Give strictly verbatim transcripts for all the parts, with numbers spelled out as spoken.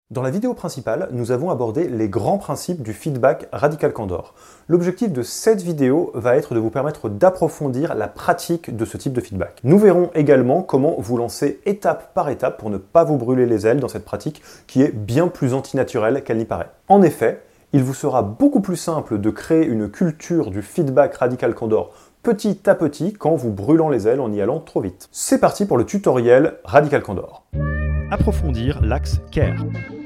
Dans la vidéo principale, nous avons abordé les grands principes du feedback Radical Candor. L'objectif de cette vidéo va être de vous permettre d'approfondir la pratique de ce type de feedback. Nous verrons également comment vous lancer étape par étape pour ne pas vous brûler les ailes dans cette pratique qui est bien plus antinaturelle qu'elle n'y paraît. En effet, il vous sera beaucoup plus simple de créer une culture du feedback Radical Candor petit à petit qu'en vous brûlant les ailes en y allant trop vite. C'est parti pour le tutoriel Radical Candor. Approfondir l'axe care.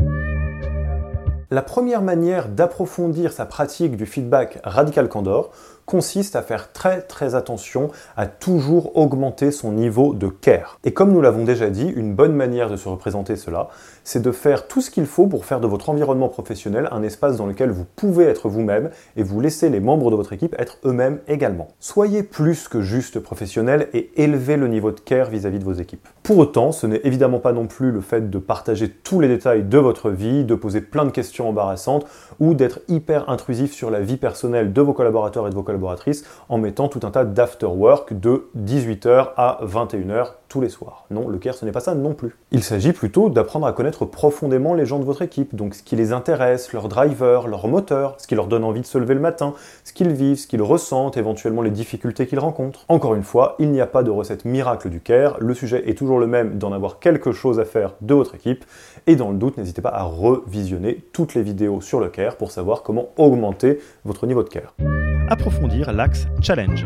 La première manière d'approfondir sa pratique du feedback Radical Candor consiste à faire très très attention à toujours augmenter son niveau de care. Et comme nous l'avons déjà dit, une bonne manière de se représenter cela, c'est de faire tout ce qu'il faut pour faire de votre environnement professionnel un espace dans lequel vous pouvez être vous-même et vous laisser les membres de votre équipe être eux-mêmes également. Soyez plus que juste professionnel et élevez le niveau de care vis-à-vis de vos équipes. Pour autant, ce n'est évidemment pas non plus le fait de partager tous les détails de votre vie, de poser plein de questions embarrassantes ou d'être hyper intrusif sur la vie personnelle de vos collaborateurs et de vos collaboratrices en mettant tout un tas d'after-work de dix-huit heures à vingt et une heures tous les soirs. Non, le care, ce n'est pas ça non plus. Il s'agit plutôt d'apprendre à connaître profondément les gens de votre équipe, donc ce qui les intéresse, leurs drivers, leurs moteurs, ce qui leur donne envie de se lever le matin, ce qu'ils vivent, ce qu'ils ressentent, éventuellement les difficultés qu'ils rencontrent. Encore une fois, il n'y a pas de recette miracle du care, le sujet est toujours le même d'en avoir quelque chose à faire de votre équipe, et dans le doute, n'hésitez pas à revisionner toutes les vidéos sur le care pour savoir comment augmenter votre niveau de care. Approfondir l'axe challenge.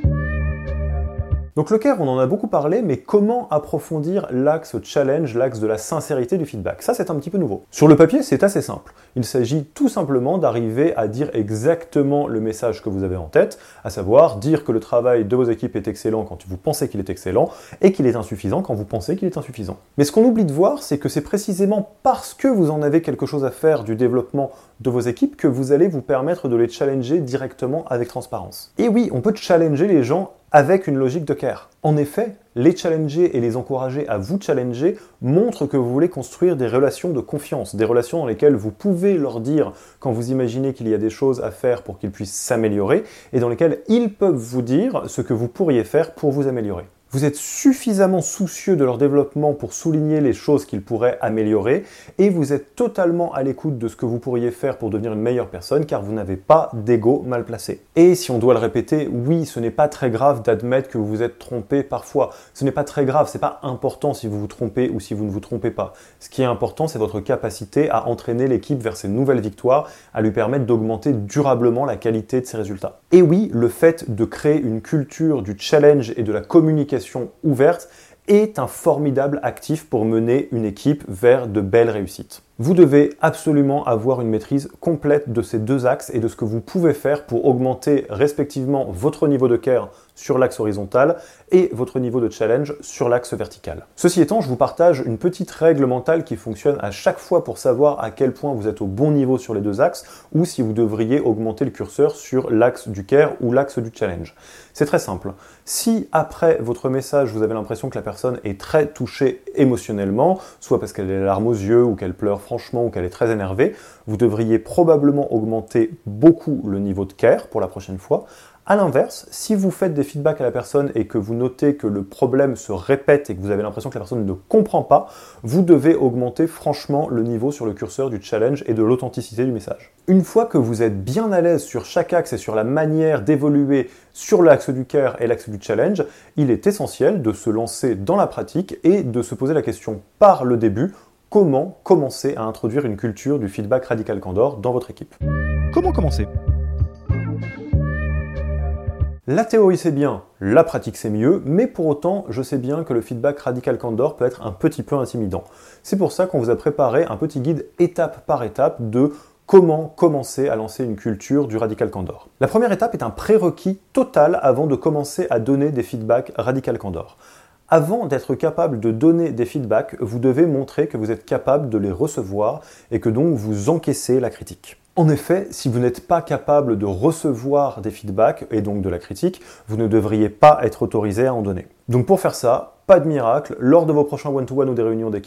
Donc le care, on en a beaucoup parlé, mais comment approfondir l'axe challenge, l'axe de la sincérité du feedback? Ça, c'est un petit peu nouveau. Sur le papier, c'est assez simple. Il s'agit tout simplement d'arriver à dire exactement le message que vous avez en tête, à savoir dire que le travail de vos équipes est excellent quand vous pensez qu'il est excellent, et qu'il est insuffisant quand vous pensez qu'il est insuffisant. Mais ce qu'on oublie de voir, c'est que c'est précisément parce que vous en avez quelque chose à faire du développement de vos équipes que vous allez vous permettre de les challenger directement avec transparence. Et oui, on peut challenger les gens avec une logique de care. En effet, les challenger et les encourager à vous challenger montrent que vous voulez construire des relations de confiance, des relations dans lesquelles vous pouvez leur dire quand vous imaginez qu'il y a des choses à faire pour qu'ils puissent s'améliorer et dans lesquelles ils peuvent vous dire ce que vous pourriez faire pour vous améliorer. Vous êtes suffisamment soucieux de leur développement pour souligner les choses qu'ils pourraient améliorer et vous êtes totalement à l'écoute de ce que vous pourriez faire pour devenir une meilleure personne car vous n'avez pas d'ego mal placé. Et si on doit le répéter, oui, ce n'est pas très grave d'admettre que vous vous êtes trompé parfois. Ce n'est pas très grave, c'est pas important si vous vous trompez ou si vous ne vous trompez pas. Ce qui est important, c'est votre capacité à entraîner l'équipe vers ses nouvelles victoires, à lui permettre d'augmenter durablement la qualité de ses résultats. Et oui, le fait de créer une culture du challenge et de la communication ouverte est un formidable actif pour mener une équipe vers de belles réussites. Vous devez absolument avoir une maîtrise complète de ces deux axes et de ce que vous pouvez faire pour augmenter respectivement votre niveau de care sur l'axe horizontal et votre niveau de challenge sur l'axe vertical. Ceci étant, je vous partage une petite règle mentale qui fonctionne à chaque fois pour savoir à quel point vous êtes au bon niveau sur les deux axes ou si vous devriez augmenter le curseur sur l'axe du care ou l'axe du challenge. C'est très simple. Si après votre message, vous avez l'impression que la personne est très touchée émotionnellement, soit parce qu'elle a les larmes aux yeux ou qu'elle pleure franchement ou qu'elle est très énervée, vous devriez probablement augmenter beaucoup le niveau de care pour la prochaine fois. A l'inverse, si vous faites des feedbacks à la personne et que vous notez que le problème se répète et que vous avez l'impression que la personne ne comprend pas, vous devez augmenter franchement le niveau sur le curseur du challenge et de l'authenticité du message. Une fois que vous êtes bien à l'aise sur chaque axe et sur la manière d'évoluer sur l'axe du care et l'axe du challenge, il est essentiel de se lancer dans la pratique et de se poser la question par le début, comment commencer à introduire une culture du feedback Radical Candor dans votre équipe. Comment commencer ? La théorie c'est bien, la pratique c'est mieux, mais pour autant, je sais bien que le feedback Radical Candor peut être un petit peu intimidant. C'est pour ça qu'on vous a préparé un petit guide étape par étape de comment commencer à lancer une culture du Radical Candor. La première étape est un prérequis total avant de commencer à donner des feedbacks Radical Candor. Avant d'être capable de donner des feedbacks, vous devez montrer que vous êtes capable de les recevoir et que donc vous encaissez la critique. En effet, si vous n'êtes pas capable de recevoir des feedbacks et donc de la critique, vous ne devriez pas être autorisé à en donner. Donc pour faire ça, pas de miracle, lors de vos prochains one-to-one ou des réunions d'équipe,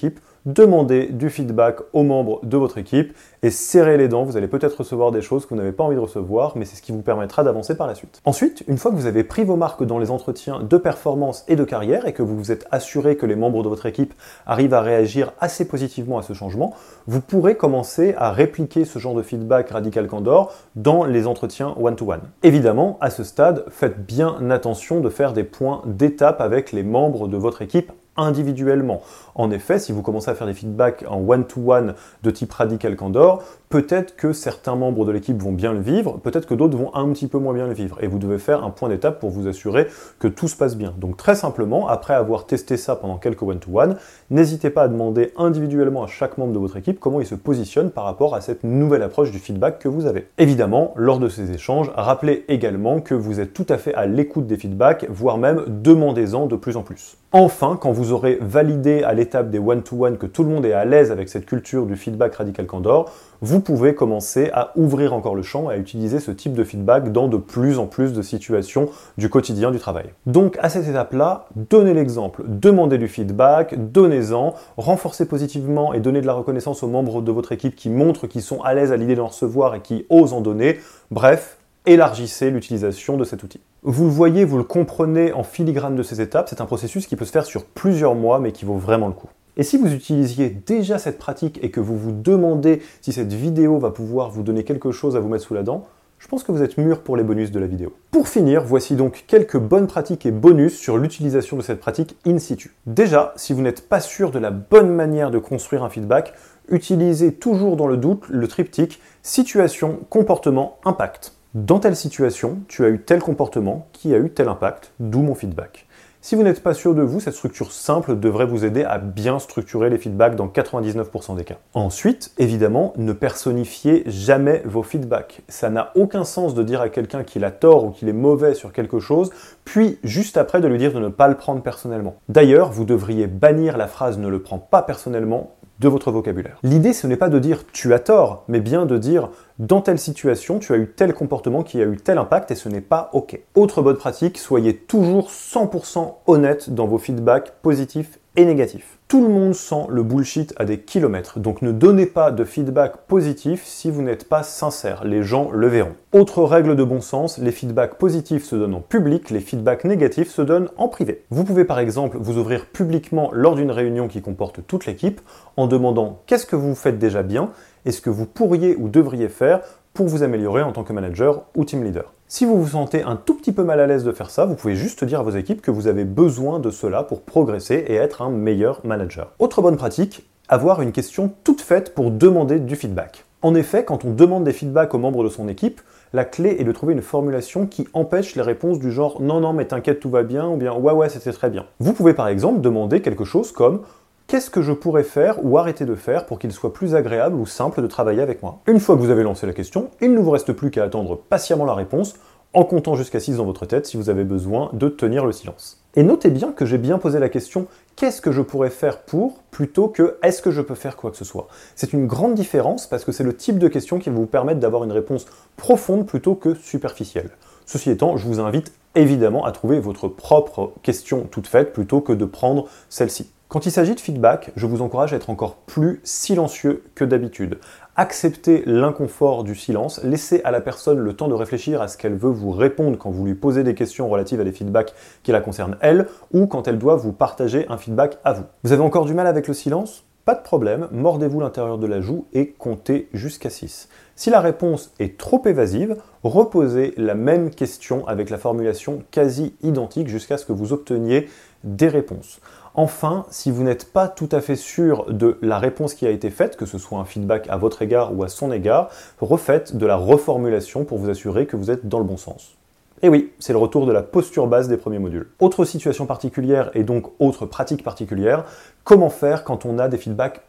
demandez du feedback aux membres de votre équipe et serrez les dents. Vous allez peut-être recevoir des choses que vous n'avez pas envie de recevoir, mais c'est ce qui vous permettra d'avancer par la suite. Ensuite, une fois que vous avez pris vos marques dans les entretiens de performance et de carrière et que vous vous êtes assuré que les membres de votre équipe arrivent à réagir assez positivement à ce changement, vous pourrez commencer à répliquer ce genre de feedback Radical Candor dans les entretiens one-to-one. Évidemment, à ce stade, faites bien attention de faire des points d'étape avec les membres de votre équipe individuellement. En effet, si vous commencez à faire des feedbacks en one-to-one de type Radical Candor, peut-être que certains membres de l'équipe vont bien le vivre, peut-être que d'autres vont un petit peu moins bien le vivre. Et vous devez faire un point d'étape pour vous assurer que tout se passe bien. Donc très simplement, après avoir testé ça pendant quelques one-to-one, n'hésitez pas à demander individuellement à chaque membre de votre équipe comment il se positionne par rapport à cette nouvelle approche du feedback que vous avez. Évidemment, lors de ces échanges, rappelez également que vous êtes tout à fait à l'écoute des feedbacks, voire même demandez-en de plus en plus. Enfin, quand vous aurez validé à l'étape des one-to-one que tout le monde est à l'aise avec cette culture du feedback Radical Candor, vous pouvez commencer à ouvrir encore le champ et à utiliser ce type de feedback dans de plus en plus de situations du quotidien du travail. Donc à cette étape-là, donnez l'exemple, demandez du feedback, donnez-en, renforcez positivement et donnez de la reconnaissance aux membres de votre équipe qui montrent qu'ils sont à l'aise à l'idée d'en recevoir et qui osent en donner. Bref, élargissez l'utilisation de cet outil. Vous le voyez, vous le comprenez en filigrane de ces étapes, c'est un processus qui peut se faire sur plusieurs mois mais qui vaut vraiment le coup. Et si vous utilisiez déjà cette pratique et que vous vous demandez si cette vidéo va pouvoir vous donner quelque chose à vous mettre sous la dent, je pense que vous êtes mûr pour les bonus de la vidéo. Pour finir, voici donc quelques bonnes pratiques et bonus sur l'utilisation de cette pratique in situ. Déjà, si vous n'êtes pas sûr de la bonne manière de construire un feedback, utilisez toujours dans le doute le triptyque situation, comportement, impact. Dans telle situation, tu as eu tel comportement qui a eu tel impact, d'où mon feedback. Si vous n'êtes pas sûr de vous, cette structure simple devrait vous aider à bien structurer les feedbacks dans quatre-vingt-dix-neuf pour cent des cas. Ensuite, évidemment, ne personnifiez jamais vos feedbacks. Ça n'a aucun sens de dire à quelqu'un qu'il a tort ou qu'il est mauvais sur quelque chose, puis juste après de lui dire de ne pas le prendre personnellement. D'ailleurs, vous devriez bannir la phrase « ne le prends pas personnellement » de votre vocabulaire. L'idée, ce n'est pas de dire « tu as tort », mais bien de dire « dans telle situation, tu as eu tel comportement qui a eu tel impact et ce n'est pas OK ». Autre bonne pratique, soyez toujours cent pour cent honnête dans vos feedbacks positifs et négatifs. Tout le monde sent le bullshit à des kilomètres, donc ne donnez pas de feedback positif si vous n'êtes pas sincère, les gens le verront. Autre règle de bon sens, les feedbacks positifs se donnent en public, les feedbacks négatifs se donnent en privé. Vous pouvez par exemple vous ouvrir publiquement lors d'une réunion qui comporte toute l'équipe en demandant qu'est-ce que vous faites déjà bien et ce que vous pourriez ou devriez faire pour vous améliorer en tant que manager ou team leader. Si vous vous sentez un tout petit peu mal à l'aise de faire ça, vous pouvez juste dire à vos équipes que vous avez besoin de cela pour progresser et être un meilleur manager. Autre bonne pratique, avoir une question toute faite pour demander du feedback. En effet, quand on demande des feedbacks aux membres de son équipe, la clé est de trouver une formulation qui empêche les réponses du genre « non, non, mais t'inquiète, tout va bien » ou bien « ouais, ouais, c'était très bien ». Vous pouvez par exemple demander quelque chose comme « qu'est-ce que je pourrais faire ou arrêter de faire pour qu'il soit plus agréable ou simple de travailler avec moi ?» Une fois que vous avez lancé la question, il ne vous reste plus qu'à attendre patiemment la réponse en comptant jusqu'à six dans votre tête si vous avez besoin de tenir le silence. Et notez bien que j'ai bien posé la question « qu'est-ce que je pourrais faire pour ?» plutôt que « est-ce que je peux faire quoi que ce soit ?» C'est une grande différence parce que c'est le type de question qui va vous permettre d'avoir une réponse profonde plutôt que superficielle. Ceci étant, je vous invite évidemment à trouver votre propre question toute faite plutôt que de prendre celle-ci. Quand il s'agit de feedback, je vous encourage à être encore plus silencieux que d'habitude. Acceptez l'inconfort du silence, laissez à la personne le temps de réfléchir à ce qu'elle veut vous répondre quand vous lui posez des questions relatives à des feedbacks qui la concernent elle, ou quand elle doit vous partager un feedback à vous. Vous avez encore du mal avec le silence ? Pas de problème, mordez-vous l'intérieur de la joue et comptez jusqu'à six. Si la réponse est trop évasive, reposez la même question avec la formulation quasi identique jusqu'à ce que vous obteniez des réponses. Enfin, si vous n'êtes pas tout à fait sûr de la réponse qui a été faite, que ce soit un feedback à votre égard ou à son égard, refaites de la reformulation pour vous assurer que vous êtes dans le bon sens. Et oui, c'est le retour de la posture base des premiers modules. Autre situation particulière et donc autre pratique particulière, comment faire quand on a des feedbacks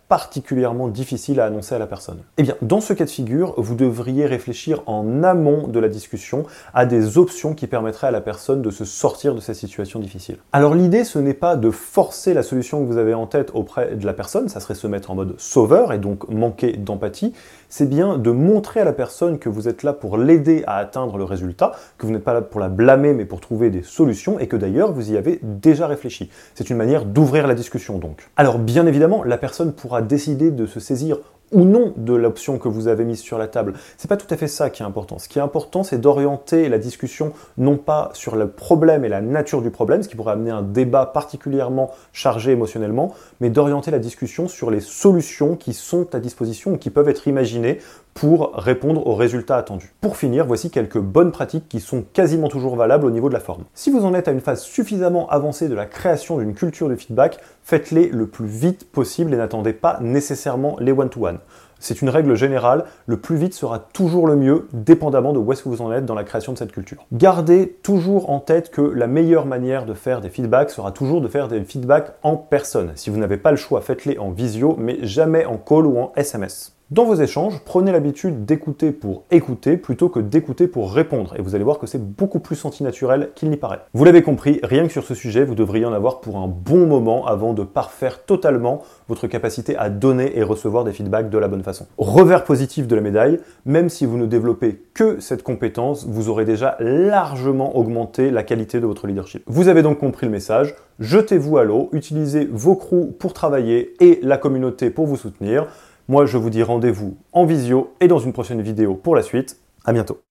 particulièrement difficile à annoncer à la personne. Eh bien, dans ce cas de figure, vous devriez réfléchir en amont de la discussion à des options qui permettraient à la personne de se sortir de cette situation difficile. Alors l'idée, ce n'est pas de forcer la solution que vous avez en tête auprès de la personne, ça serait se mettre en mode sauveur et donc manquer d'empathie, c'est bien de montrer à la personne que vous êtes là pour l'aider à atteindre le résultat, que vous n'êtes pas là pour la blâmer mais pour trouver des solutions et que d'ailleurs vous y avez déjà réfléchi. C'est une manière d'ouvrir la discussion donc. Alors bien évidemment, la personne pourra décider de se saisir ou non de l'option que vous avez mise sur la table. C'est pas tout à fait ça qui est important. Ce qui est important, c'est d'orienter la discussion non pas sur le problème et la nature du problème, ce qui pourrait amener un débat particulièrement chargé émotionnellement, mais d'orienter la discussion sur les solutions qui sont à disposition ou qui peuvent être imaginées pour répondre aux résultats attendus. Pour finir, voici quelques bonnes pratiques qui sont quasiment toujours valables au niveau de la forme. Si vous en êtes à une phase suffisamment avancée de la création d'une culture de feedback, faites-les le plus vite possible et n'attendez pas nécessairement les one-to-one. C'est une règle générale, le plus vite sera toujours le mieux, dépendamment de où est-ce que vous en êtes dans la création de cette culture. Gardez toujours en tête que la meilleure manière de faire des feedbacks sera toujours de faire des feedbacks en personne. Si vous n'avez pas le choix, faites-les en visio, mais jamais en call ou en S M S. Dans vos échanges, prenez l'habitude d'écouter pour écouter plutôt que d'écouter pour répondre, et vous allez voir que c'est beaucoup plus antinaturel qu'il n'y paraît. Vous l'avez compris, rien que sur ce sujet, vous devriez en avoir pour un bon moment avant de parfaire totalement votre capacité à donner et recevoir des feedbacks de la bonne façon. Revers positif de la médaille, même si vous ne développez que cette compétence, vous aurez déjà largement augmenté la qualité de votre leadership. Vous avez donc compris le message, jetez-vous à l'eau, utilisez vos crews pour travailler et la communauté pour vous soutenir. Moi, je vous dis rendez-vous en visio et dans une prochaine vidéo pour la suite. À bientôt.